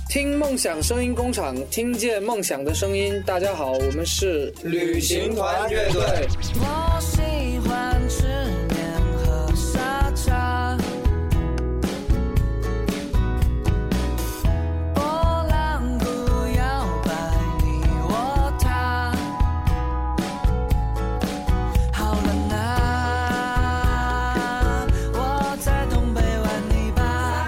听梦想声音工厂，听见梦想的声音。大家好，我们是旅行团乐队。 我喜欢吃面和沙茶，波浪鼓摇摆你我他，好冷啊，我在东北玩泥巴。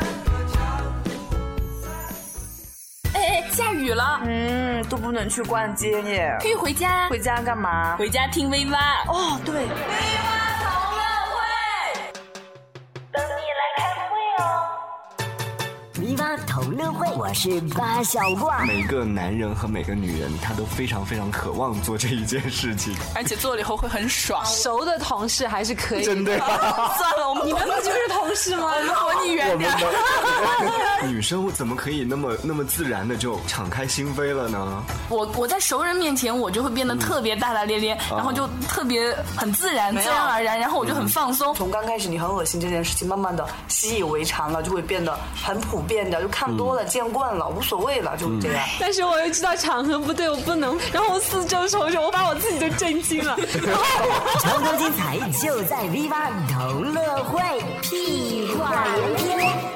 下雨了， 都不能去逛街耶。 可以回家。 回家干嘛？ 回家听 V8。 哦，对。 V8同乐会，等你来开会哦。 V8同乐会，我是八小挂。 每个男人和每个女人，他都非常非常渴望做这一件事情， 而且做了以后会很爽。 熟的同事还是可以。 真的。 算了，你们不就是同事吗？我们离你远点。 女生怎么可以那么自然的就敞开心扉了呢？ 我在熟人面前，我就会变得特别大大咧咧，然后就特别很自然而然，然后我就很放松。 从刚开始你很恶心这件事情，慢慢的习以为常了，就会变得很普遍的，就看多了、见惯了，无所谓了，就这样。 但是我又知道场合不对，我不能，然后我四周瞅瞅，我把我自己都震惊了。 超多精彩就在 V8同乐会，屁话连篇。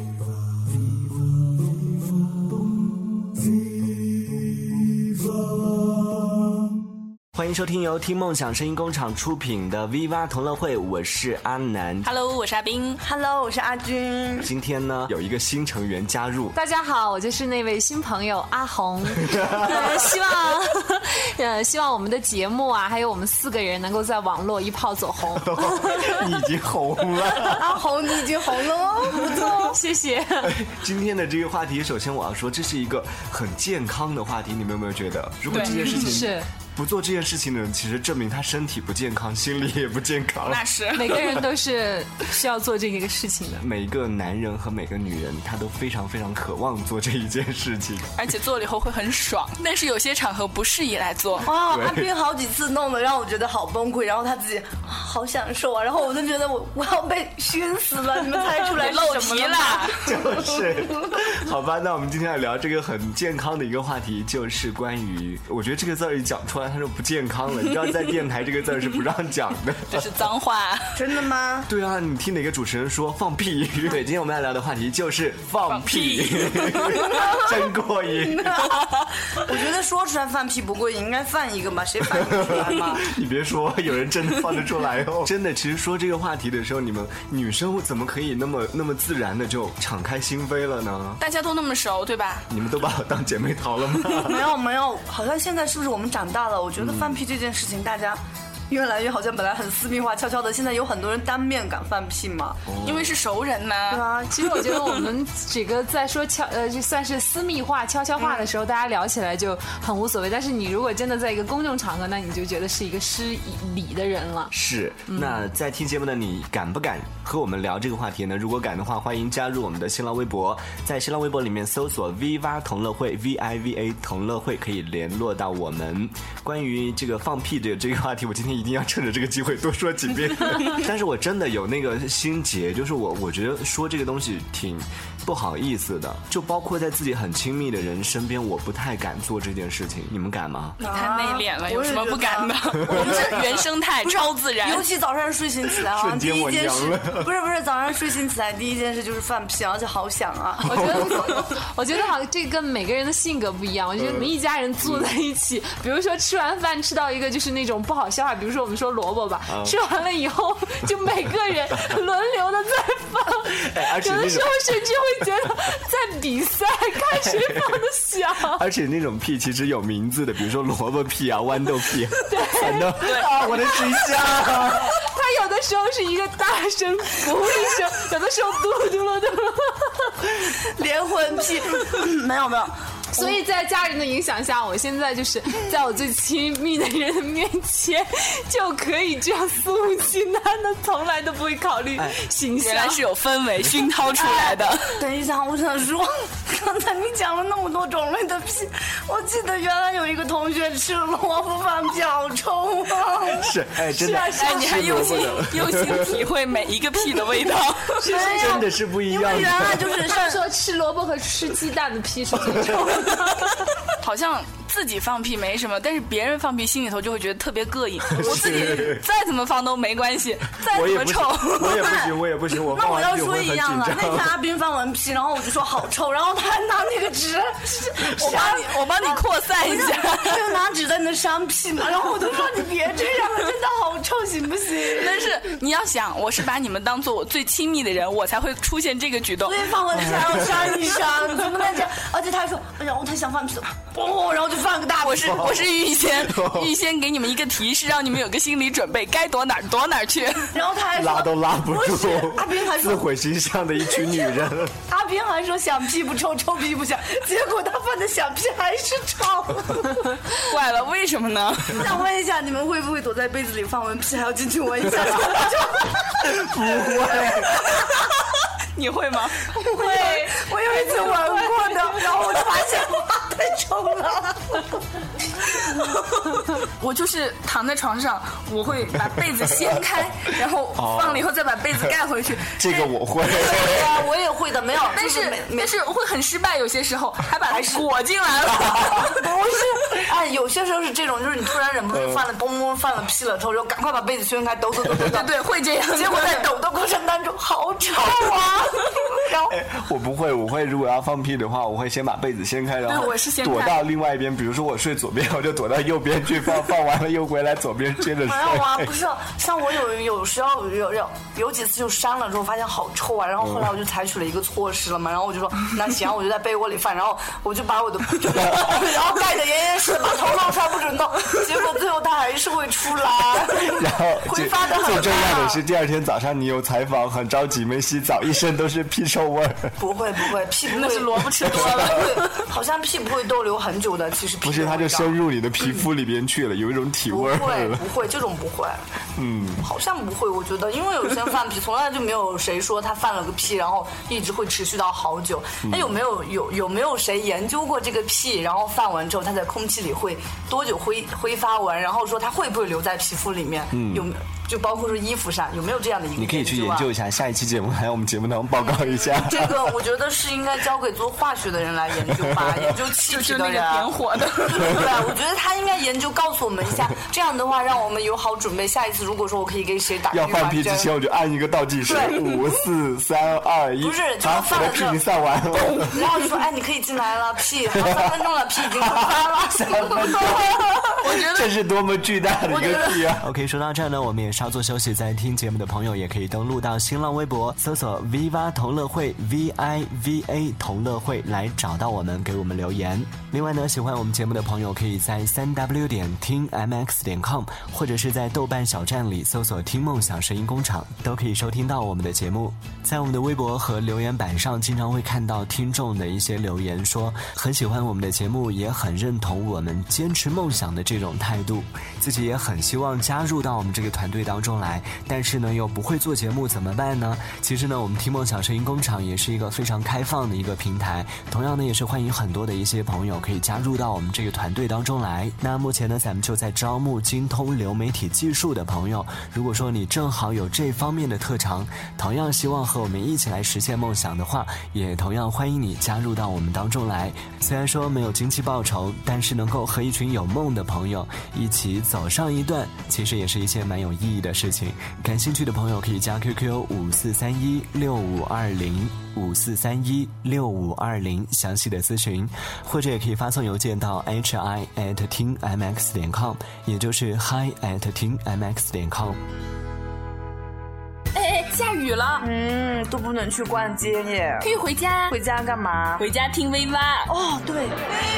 欢迎收听由听梦想声音工厂出品的 V8同乐会，我是阿南。 Hello， 我是阿冰。 Hello， 我是阿军。 今天呢，有一个新成员加入。 大家好，我就是那位新朋友阿红。希望我们的节目啊，还有我们4个人能够在网络一炮走红。 你已经红了， 阿红，你已经红了哦， 不错，谢谢。 今天的这个话题，首先我要说，这是一个很健康的话题，你们有没有觉得？如果这件事情是。 不做这件事情的人，其实证明他身体不健康，心理也不健康。 那是每个人都是需要做这个事情的。 每个男人和每个女人，他都非常非常渴望做这一件事情， 而且做了以后会很爽。但是有些场合不适宜来做。 哇，阿斌好几次弄得让我觉得好崩溃，然后他自己好享受啊，然后我就觉得我要被熏死了。你们猜出来漏题了？ 就是，好吧，那我们今天来聊这个很健康的一个话题，就是关于，我觉得这个字儿一讲出来，它就不健康了。你知道，在电台这个字儿是不让讲的， 这是脏话。 真的吗？ 对啊，你听哪个主持人说放屁？对，今天我们要聊的话题就是放屁，真过瘾。 我觉得说出来放屁不过瘾，应该放一个吧？谁放一个出来嘛？ 你别说，有人真的放得出来哦。真的，其实说这个话题的时候，你们女生怎么可以那么自然的就敞开心扉了呢？ 大家都那么熟，对吧？ 你们都把我当姐妹淘了吗？ 没有，好像现在是不是我们长大了？我觉得放屁这件事情，大家越来越好像本来很私密化、悄悄的，现在有很多人当面敢放屁嘛， 因为是熟人呢。 对啊， 其实我觉得我们几个在说就算是私密化、悄悄话的时候，大家聊起来就很无所谓。但是你如果真的在一个公众场合，那你就觉得是一个失礼的人了。 是。那在听节目的你敢不敢和我们聊这个话题呢？如果敢的话，欢迎加入我们的新浪微博，在新浪微博里面搜索 V8同乐会 VIVA 同乐会，可以联络到我们。关于这个放屁的这个话题，我今天一定要趁着这个机会多说几遍。但是我真的有那个心结，就是我觉得说这个东西挺不好意思的，就包括在自己很亲密的人身边，我不太敢做这件事情。你们敢吗？ 你太内敛了，有什么不敢的？我们是原生态，超自然。 尤其早上睡醒起来， 瞬间我娘了。 不是，早上睡醒起来第一件事就是放屁，而且好响啊！ 我觉得好像这跟每个人的性格不一样。我觉得我们一家人坐在一起，比如说吃完饭吃到一个就是那种不好消化，比如说我们说萝卜吧，吃完了以后就每个人轮流的在放，有的时候甚至会觉得在比赛，看谁放的响。 而且那种屁其实有名字的，比如说萝卜屁啊、豌豆屁，反正啊，我的水下。 它有的时候是一个大声噗一声，有的时候嘟噜嘟噜嘟噜， 连环屁。没有， 所以在家人的影响下，我现在就是在我最亲密的人的面前，就可以这样肆无忌惮的，从来都不会考虑形象。 原来是有氛围熏陶出来的。 等一下，我想说，刚才你讲了那么多种类的屁，我记得原来有一个同学吃萝卜饭屁好臭啊！ 是，真的， 你还用心体会每一个屁的味道， 真的是不一样的。 原来就是说吃萝卜和吃鸡蛋的屁是最臭的。 好像自己放屁没什么，但是别人放屁心里头就会觉得特别膈应。我自己再怎么放都没关系，再怎么臭， 我也不行。 那我要说一样了，那天阿斌放完屁，然后我就说好臭，然后他还拿那个纸， 我帮你扩散一下， 他就拿纸在那扇屁嘛，然后我就说你别这样了，真的好臭，行不行？ 但是你要想，我是把你们当做我最亲密的人，我才会出现这个举动。 所以放完屁还要扇一扇，怎么能这样？而且他还说，然后他想放屁，然后就放个大屁。 我是预先给你们一个提示，让你们有个心理准备，该躲哪儿去。 然后他还说拉都拉不住， 阿斌还说自毁形象的一群女人。 阿斌还说响屁不臭，臭屁不响，结果他放的响屁还是臭。 怪了，为什么呢？ 想问一下，你们会不会躲在被子里放完屁还要进去闻一下？ 不会。 你会吗？ 会，我有一次闻过的，然后我就发现哇，太臭了。 我就是躺在床上，我会把被子掀开，然后放了以后再把被子盖回去。 这个我会。 对啊，我也会的，没有， 但是会很失败，有些时候还把它裹进来了。 不是，哎，有些时候是这种，就是你突然忍不住犯了屁了之后，赶快把被子掀开，抖。 对，会这样。 结果在抖的过程当中，好臭啊！然后我不会，如果要放屁的话，我会先把被子掀开，然后躲到另外一边。比如说我睡左边，我就躲到右边去放完了又回来左边接着睡。 没有啊，不是，像我有时候有几次就扇了之后发现好臭啊，然后后来我就采取了一个措施了嘛，然后我就说那行，我就在被窝里放，然后我就把我的然后盖得严严实，把头露出来不准动，结果最后它还是会出来， 然后挥发的很。 最重要的是第二天早上你有采访，很着急没洗澡，一身都是屁臭味儿。 不会，屁不会， 那是萝卜吃多了。 好像屁不会逗留很久的，其实屁不是，它就深入你的皮肤里边去了，有一种体味。 不会，这种不会。好像不会，我觉得，因为有些人放屁，从来就没有谁说他放了个屁，然后一直会持续到好久。那有没有谁研究过这个屁，然后放完之后，它在空气里会多久挥发完，然后说它会不会留在皮肤里面？有没有？就包括说衣服上有没有这样的一个你可以去研究一下，下一期节目来我们节目当中报告一下。 这个我觉得是应该交给做化学的人来研究吧，研究气体的人， 点火的。 对，我觉得他应该研究告诉我们一下，这样的话让我们有好准备。下一次如果说我可以给谁打要放屁之前，我就按一个倒计时，5、4、3、2、1。 不是，就放了屁散完了， 然后就说，哎，你可以进来了，屁，好3分钟了，屁已经出发了。 我觉得这是多么巨大的一个屁啊 ！OK， 说到这儿呢，我们也稍作休息，在听节目的朋友也可以登录到新浪微博，搜索 Viva 同乐会 VIVA 同乐会来找到我们，给我们留言。另外呢，喜欢我们节目的朋友可以在3W 点听 MX.com 或者是在豆瓣小站里搜索听梦想声音工厂，都可以收听到我们的节目。在我们的微博和留言板上，经常会看到听众的一些留言，说很喜欢我们的节目，也很认同我们坚持梦想的这种态度，自己也很希望加入到我们这个团队当中来，但是呢又不会做节目怎么办呢？其实呢，我们听梦想声音工厂也是一个非常开放的一个平台，同样呢也是欢迎很多的一些朋友可以加入到我们这个团队当中来。那目前呢，咱们就在招募精通流媒体技术的朋友，如果说你正好有这方面的特长，同样希望和我们一起来实现梦想的话，也同样欢迎你加入到我们当中来。虽然说没有经济报酬，但是能够和一群有梦的朋友一起走上一段，其实也是一件蛮有意义的事情。感兴趣的朋友可以加 QQ 5431652054316520详细的咨询，或者也可以发送邮件到 hi@tmx.com， 也就是 hi@tmx.com。 哎，下雨了， 都不能去逛街耶， 可以回家。 回家干嘛？ 回家听 Viva。 哦，对。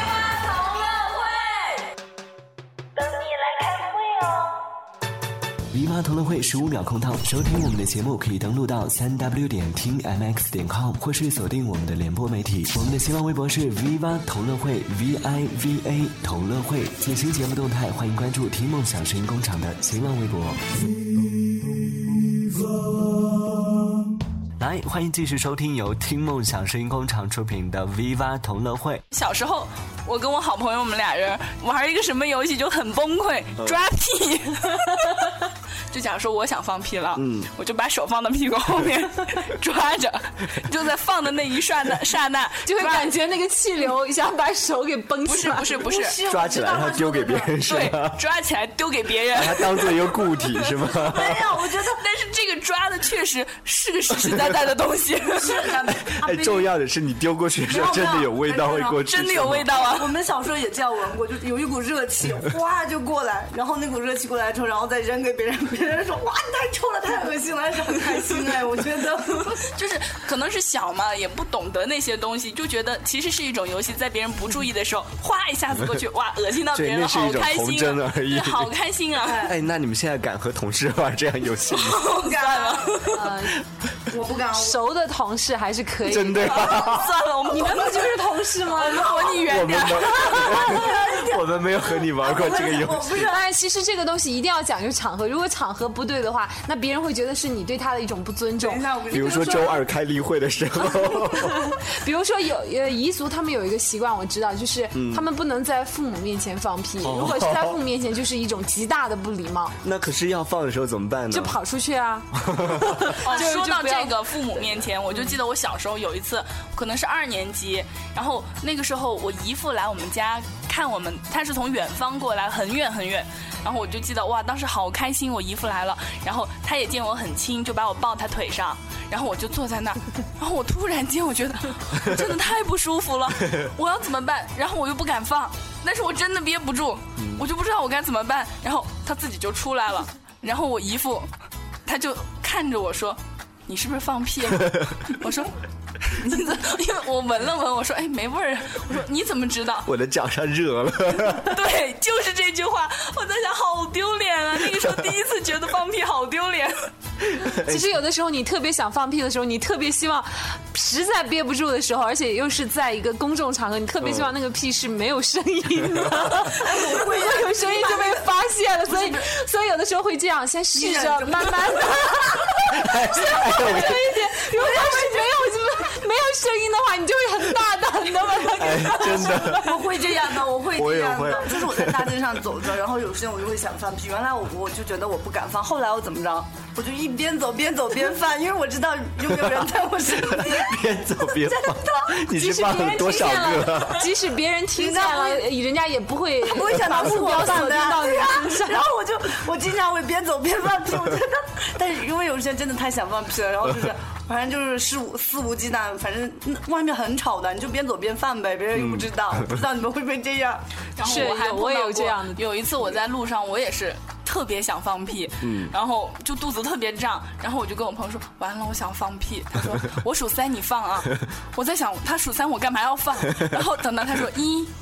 等你来开会哦。 V8同乐会15秒空档，收听我们的节目可以登录到3w.听mx.com 或是锁定我们的联播媒体。我们的新浪微博是 V8同乐会 VIVA 同乐会，最新节目动态欢迎关注听梦想声音工厂的新浪微博。来，欢迎继续收听由听梦想声音工厂出品的 V8同乐会。 小时候，我跟我好朋友们俩人玩一个什么游戏就很崩溃，抓屁。就假如说我想放屁了，我就把手放到屁股后面抓着，就在放的那一刹那， 就会感觉那个气流一下把手给绷起来。 不是， 抓起来然后丢给别人是吗？ 对，抓起来丢给别人， 把它当做一个固体是吗？ 没有，我觉得， 但是这个抓的确实是个实实在在的东西。 哎，重要的是你丢过去的时候真的有味道会过去， 真的有味道啊！ 我们小时候也这样闻过，就有一股热气，哗就过来，然后那股热气过来之后，然后再扔给别人，别人说哇你太臭了，太恶心了，还是很开心哎，我觉得就是可能是小嘛，也不懂得那些东西，就觉得其实是一种游戏，在别人不注意的时候，哗一下子过去，哇，恶心到别人，好开心啊！对，好开心啊！ 哎，那你们现在敢和同事玩这样游戏吗？ 不敢了，我不敢。 熟的同事还是可以。 真的吗？ 算了， 你们不就是同事吗？ 我离你远点。 我们没有和你玩过这个游戏。 当然，其实这个东西一定要讲究场合，如果场合不对的话，那别人会觉得是你对他的一种不尊重。 比如说周二开例会的时候， 比如说有彝族，他们有一个习惯，我知道，就是他们不能在父母面前放屁，如果是在父母面前，就是一种极大的不礼貌。 那可是要放的时候怎么办呢？ 就跑出去啊！ 说到这个父母面前，我就记得我小时候有一次，可能是2年级，然后那个时候我姨父来我们家看我们，他是从远方过来，很远很远。然后我就记得哇，当时好开心，我姨父来了，然后他也见我很轻，就把我抱他腿上，然后我就坐在那儿，然后我突然间我觉得真的太不舒服了，我要怎么办？然后我又不敢放，但是我真的憋不住，我就不知道我该怎么办。然后他自己就出来了，然后我姨父他就看着我说：“你是不是放屁了？”我说。你怎么？因为我闻了闻，我说哎没味儿。我说你怎么知道？ 我的脚上热了。 对，就是这句话。我在想，好丢脸啊！那个时候第一次觉得放屁好丢脸。 其实有的时候你特别想放屁的时候，你特别希望实在憋不住的时候，而且又是在一个公众场合，你特别希望那个屁是没有声音的。如果有声音就被发现了，所以有的时候会这样，先试着慢慢的，先放声一点。如果要是没有声音的话，你就会很大胆的把它给真的， 我会这样的，我会这样我也的，就是我在大街上走着，然后有时间我就会想放屁。原来我就觉得我不敢放，后来我怎么着？我就一边走边放，因为我知道有没有人在我身边。 边走边放，你是放了多少个？ 即使别人听见了，人家也不会想到目标锁定到你身上。 然后我经常会边走边放屁，我觉得，但是因为有时间真的太想放屁了，然后就是反正就是肆无忌惮，反正外面很吵的，你就边走边放呗，别人又不知道，不知道你们会不会这样。 然后我也有这样的，有一次我在路上，我也是特别想放屁，然后就肚子特别胀，然后我就跟我朋友说，完了，我想放屁。他说我数3你放啊。我在想他数3我干嘛要放？然后等到他说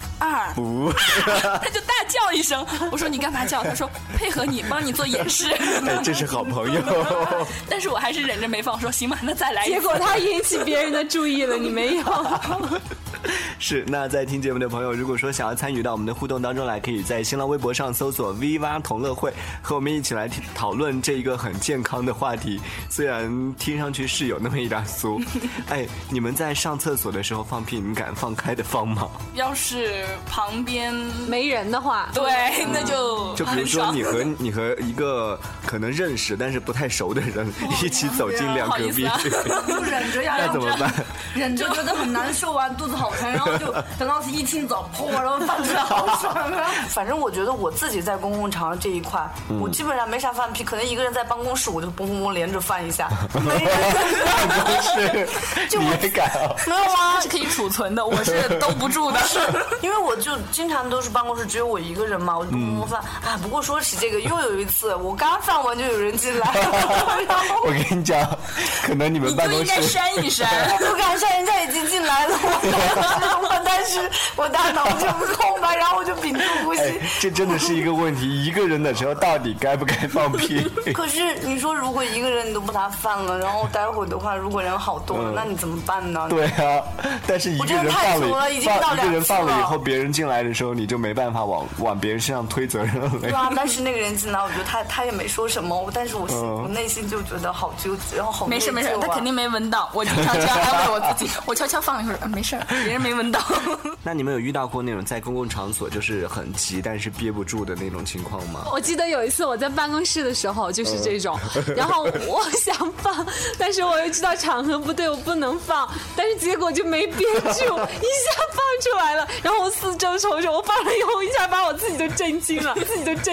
1、2，他就大叫一声。我说你干嘛叫？他说配合你，帮你做演示。 哎，这是好朋友。 但是我还是忍着没放，说行吧，那再来一次。 结果他引起别人的注意了，你没有。 是，那在听节目的朋友，如果说想要参与到我们的互动当中来，可以在新浪微博上搜索 V8同乐会，和我们一起来讨论这一个很健康的话题。虽然听上去是有那么一点俗。哎，你们在上厕所的时候放屁，你们敢放开的放吗？ 要是旁边没人的话， 对，那就比如说你和一个可能认识但是不太熟的人一起走进2个屁， 就忍着呀， 那怎么办？ 忍着觉得很难受啊，肚子好疼，然后就等到一清早，砰，然后放出来好爽啊！反正我觉得我自己在公共场合这一块，我基本上没啥放屁，可能一个人在办公室我就嘣嘣嘣连着放一下，没人。 就你也敢啊？ 没有啊， 是可以储存的，我是兜不住的。 是因为我就经常都是办公室只有我一个人嘛，我就嘣嘣嘣放。啊，不过说起这个，又有一次我刚放完就有人进来， 我跟你讲，可能你们办公室你就应该扇一扇， 我不敢扇，人家已经进来了，我那种笨蛋但是我大脑就是空白，然后我就屏住呼吸。 这真的是一个问题，一个人的时候到底该不该放屁？ 可是你说，如果一个人你都把它放了，然后待会儿的话，如果人好多了，那你怎么办呢？ 对啊，但是一个人放了， 已经到一个人放了以后，别人进来的时候，你就没办法往别人身上推责任了。 对啊，但是那个人进来，我觉得他也没说什么，但是我内心就觉得好纠结，然后好没事，他肯定没闻到，我就悄悄安慰我自己，我悄悄放一会儿，没事，别人没闻到。 那你们有遇到过那种在公共场所就是很急但是憋不住的那种情况吗？ 我记得有一次我在办公室的时候就是这种，然后我想放，但是我又知道场合不对，我不能放，但是结果就没憋住，一下放出来了，然后我四周瞅瞅，我放了以后一下把我自己都震惊了，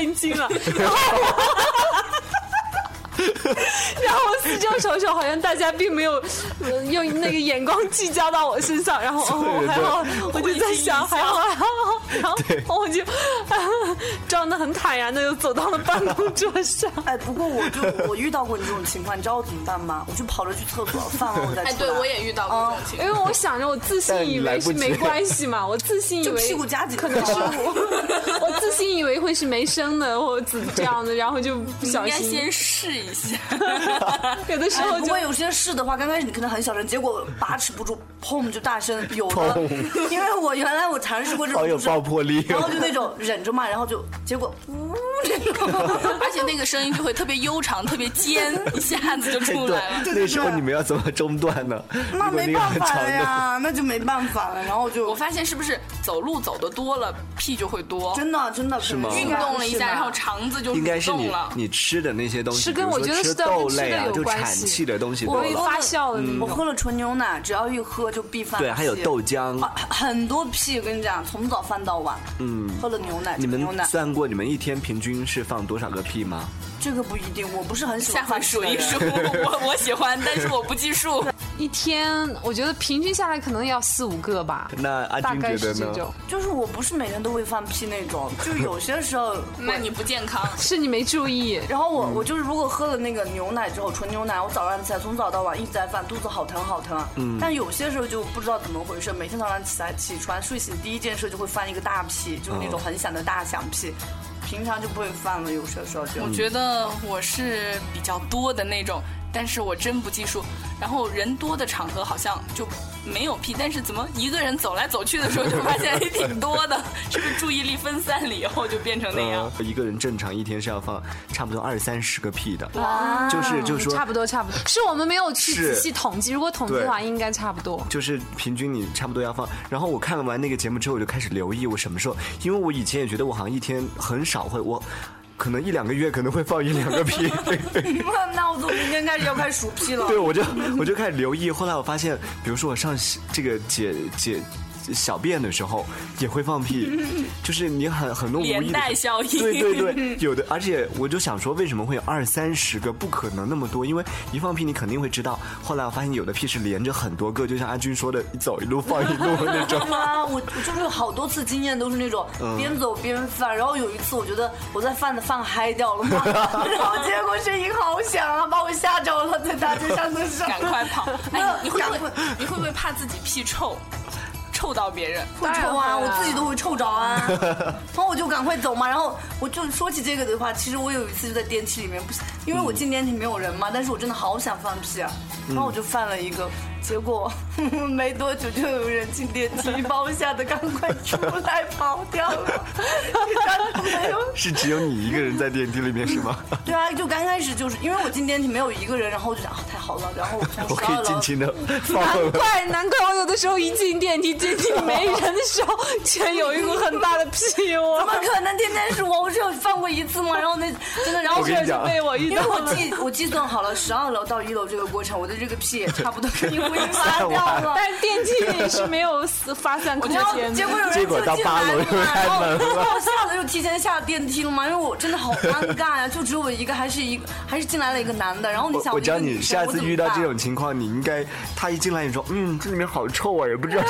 然后我四周瞅瞅，好像大家并没有用那个眼光聚焦到我身上，然后还好，我就在想还好，然后我就装得很坦然的又走到了办公桌上。 不过我遇到过你这种情况，你知道我怎么办吗？我就跑着去厕所放了我再出来。 对，我也遇到过这种情况， 因为我想着我自信以为是没关系嘛，我自信以为屁股夹紧， 可能是我自信以为会是没声的或者这样的，然后就不小心。 应该先试一下。 有的时候不过有些事的话，刚开始你可能很小声，结果把持不住，砰就大声有了。因为我原来我尝试过这种， 好有爆破力， 然后就那种忍着嘛，然后就结果而且那个声音就会特别悠长、特别尖，一下子就出来了。 那时候你们要怎么中断呢？ 那没办法了呀，那就没办法了。然后我发现是不是走路走得多了，屁就会多？ 真的是吗？ 运动了一下，然后肠子就应该是你吃的那些东西， 是跟我觉得是豆类啊， 就产气的东西多了。我发酵的那种。 我喝了纯牛奶，只要一喝就必犯屁。 对，还有豆浆， 很多屁。我跟你讲，从早饭到晚，喝了牛奶。 你们算过你们一天平均是放多少个屁吗？ 这个不一定，我不是很喜欢。 下回数一数，我喜欢，但是我不计数。 一天我觉得平均下来可能要4、5个吧。 那阿军觉得呢？ 就是我不是每天都会放屁那种，就有些时候那你不健康， 是你没注意。 然后我就是如果喝了那个牛奶之后，纯牛奶，我早上起来从早到晚一直在放，肚子好疼。但有些时候就不知道怎么回事，每天早上起床睡醒第一件事就会放一个大屁，就是那种很响的大响屁。平常就不会放了，有些时候就。 我觉得我是比较多的那种，但是我真不计数。然后人多的场合好像就没有屁，但是怎么一个人走来走去的时候就发现也挺多的，是不是注意力分散了以后就变成那样？ 一个人正常一天是要放差不多20-30个屁的，就是说差不多，是我们没有去仔细统计，如果统计的话应该差不多。 就是平均你差不多要放。然后我看完那个节目之后，我就开始留意我什么时候，因为我以前也觉得我好像一天很少会我。可能1-2个月可能会放1-2个屁。 那我从明天开始要开始数屁了。 对，我就开始留意。后来我发现，比如说我上这个解小便的时候也会放屁，就是你很多无意的连带效应。 对，有的。而且我就想说，为什么会有20-30个？不可能那么多，因为一放屁你肯定会知道。后来我发现有的屁是连着很多个，就像阿军说的，一走一路放一路那种。 我就是有好多次经验都是那种边走边放，然后有一次我觉得我在放嗨掉了嘛，然后结果声音好响啊，把我吓着了，在大街上的时候赶快跑。你会不会怕自己屁臭？臭到别人会臭啊，我自己都会臭着啊，然后我就赶快走嘛。然后我就说起这个的话，其实我有一次就在电梯里面，不是因为我进电梯没有人嘛，但是我真的好想放屁啊，然后我就放了一个，结果没多久就有人进电梯，把我吓得赶快出来跑掉了。 是只有你一个人在电梯里面是吗？ 对啊，就刚开始就是因为我进电梯没有一个人，然后我就想太好了，然后我可以尽情的放了。 难怪我有的时候一进电梯没人的时候，全有一股很大的屁。我怎么可能天天是我？我只有放过一次吗？然后那真的，然后我跟你讲， 被我遇到了。 因为我计算好了12楼到1楼这个过程，我的这个屁也差不多可以挥发掉了。 但是电梯里是没有发散空间， 结果有人结果到8楼又开门了。 我下了就提前下电梯了嘛，因为我真的好尴尬呀，就只有我一个，还是进来了一个男的。然后你想， 我教你下次遇到这种情况，你应该他一进来你说这里面好臭啊，也不知道谁放了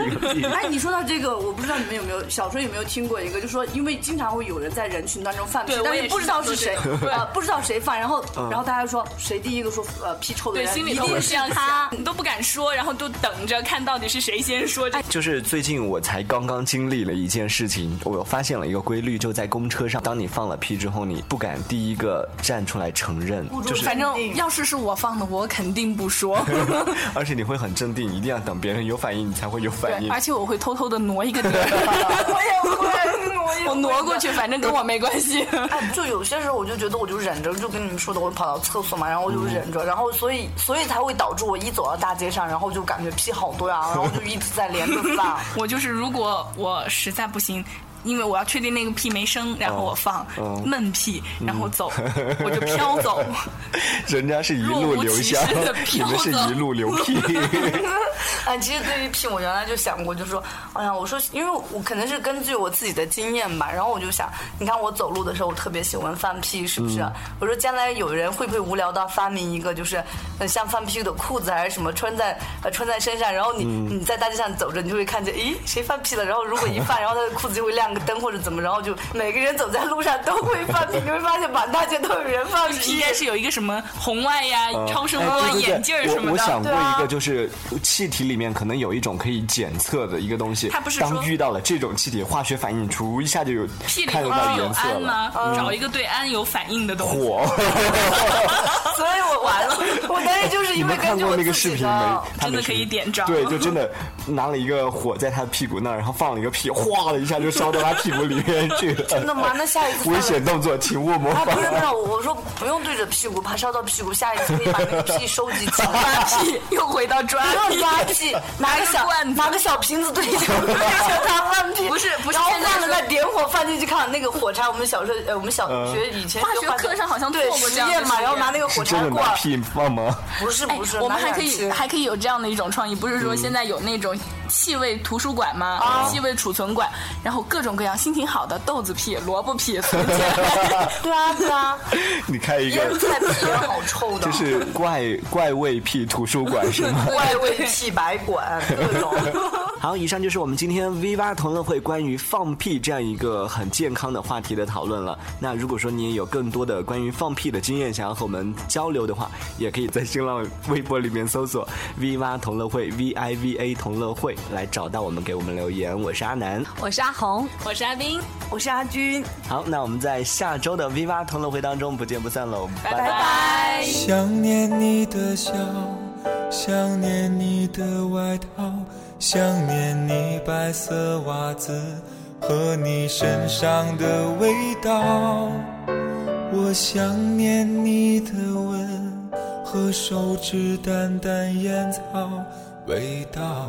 个屁。 哎，你说到这个，我不知道你们有没有小时候有没有听过一个，就是说，因为经常会有人在人群当中放屁，但是不知道是谁，不知道谁放，然后大家说谁第一个说屁臭的人， 心里头是这样想，你都不敢说，然后都等着看到底是谁先说。 就是最近我才刚刚经历了一件事情，我发现了一个规律，就在公车上，当你放了屁之后，你不敢第一个站出来承认，就是反正要是我放的，我肯定不说。 而且你会很镇定，一定要等别人有反应，你才会有反应。 而且我会偷偷的挪一个点， 我也会， 我挪过去，反正跟我没关系。 哎，就有些时候我就觉得我就忍着，就跟你们说的，我跑到厕所嘛，然后我就忍着，然后所以才会导致我一走到大街上，然后就感觉屁好多呀，然后就一直在连着放。 我就是如果我实在不行。因为我要确定那个屁没声，然后我放闷屁，然后走，我就飘走。 人家是一路留香，你们是一路流屁。 哎，其实对于屁，我原来就想过，就说，哎呀，我说，因为我可能是根据我自己的经验吧，然后我就想，你看我走路的时候，我特别喜欢放屁，是不是？我说将来有人会不会无聊到发明一个，就是像放屁的裤子还是什么穿在身上，然后你在大街上走着，你就会看见，咦，谁放屁了？然后如果一放，然后他的裤子就会亮个灯或者怎么，然后就每个人走在路上都会放屁，你会发现满大街都有人放屁。 应该是有一个什么红外呀、超声波、眼镜什么的。 我想过一个，就是气体里面可能有一种可以检测的一个东西。 它不是说当遇到了这种气体，化学反应出一下就有看得到颜色了。 找一个对氨有反应的东西。 火。 所以我完了，我当时就是因为根据我那个视频没？ 真的可以点着。 对，就真的拿了一个火在他屁股那儿，然后放了一个屁，哗的一下就烧到他屁股里面去了。 真的吗？那下一次危险动作，请勿模仿。 不是，我说不用对着屁股，怕烧到屁股。下一次可以把那个屁收集起来。 抓屁又回到抓屁， 抓屁，拿个小瓶子对着他放屁。不是，然后放了再点火放进去看那个火柴。我们小学以前化学课上好像做过这样的实验嘛，然后拿那个火柴罐。 拿屁放吗？ 不是， 我们还可以有这样的一种创意，不是说现在有那种气味图书馆吗？气味储存馆，然后各种各样心情好的豆子屁、萝卜屁存起来。 对啊。 你开一个腌菜屁也好臭的。 就是怪味屁图书馆是吗？ 怪味屁白馆各种。 好，以上就是我们今天 V8 同乐会关于放屁这样一个很健康的话题的讨论了。那如果说你也有更多的关于放屁的经验，想要和我们交流的话，也可以在新浪微博里面搜索 V8 同乐会 VIVA 同乐会来找到我们，给我们留言。我是阿南， 我是阿红， 我是阿斌， 我是阿军。 好，那我们在下周的 V8 同乐会当中不见不散喽， 拜拜。 想念你的笑，想念你的外套，想念你白色袜子和你身上的味道，我想念你的吻和手指淡淡烟草味道，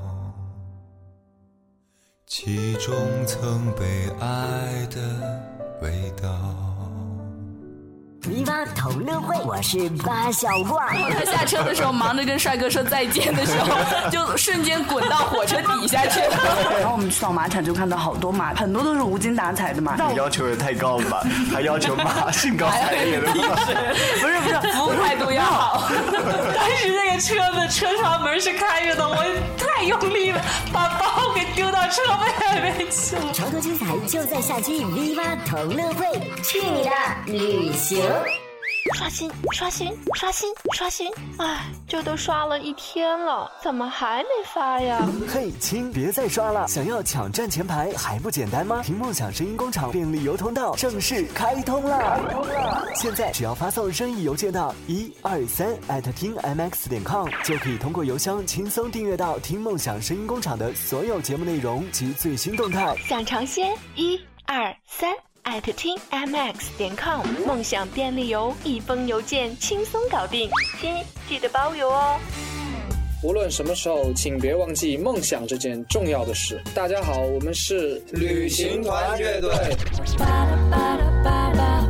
其中曾被爱的味道。 V8 同乐会，我是八小怪。 他下车的时候忙着跟帅哥说再见的时候，就瞬间滚到火车底下去了。 然后我们去扫马场就看到好多马，很多都是无精打采的马。 你要求也太高了吧？还要求马兴高采烈的。 不是， 服务态度要好。 当时那个车的车窗门是开着的，我太用力了，把包给丢到车外面去了。 超多精彩就在下期 V8 同乐会，去你的旅行！ 刷新，刷新，刷新，刷新！哎，这都刷了1天了，怎么还没发呀？ 嘿，亲，别再刷了！想要抢占前排还不简单吗？听梦想声音工厂便利邮通道正式开通了！现在只要发送任意邮件到123@tmx.com， 就可以通过邮箱轻松订阅到听梦想声音工厂的所有节目内容及最新动态。 想尝鲜123@tmx.com， 梦想便利邮，1封邮件轻松搞定，亲，记得包邮哦。 无论什么时候，请别忘记梦想这件重要的事。大家好，我们是旅行团乐队。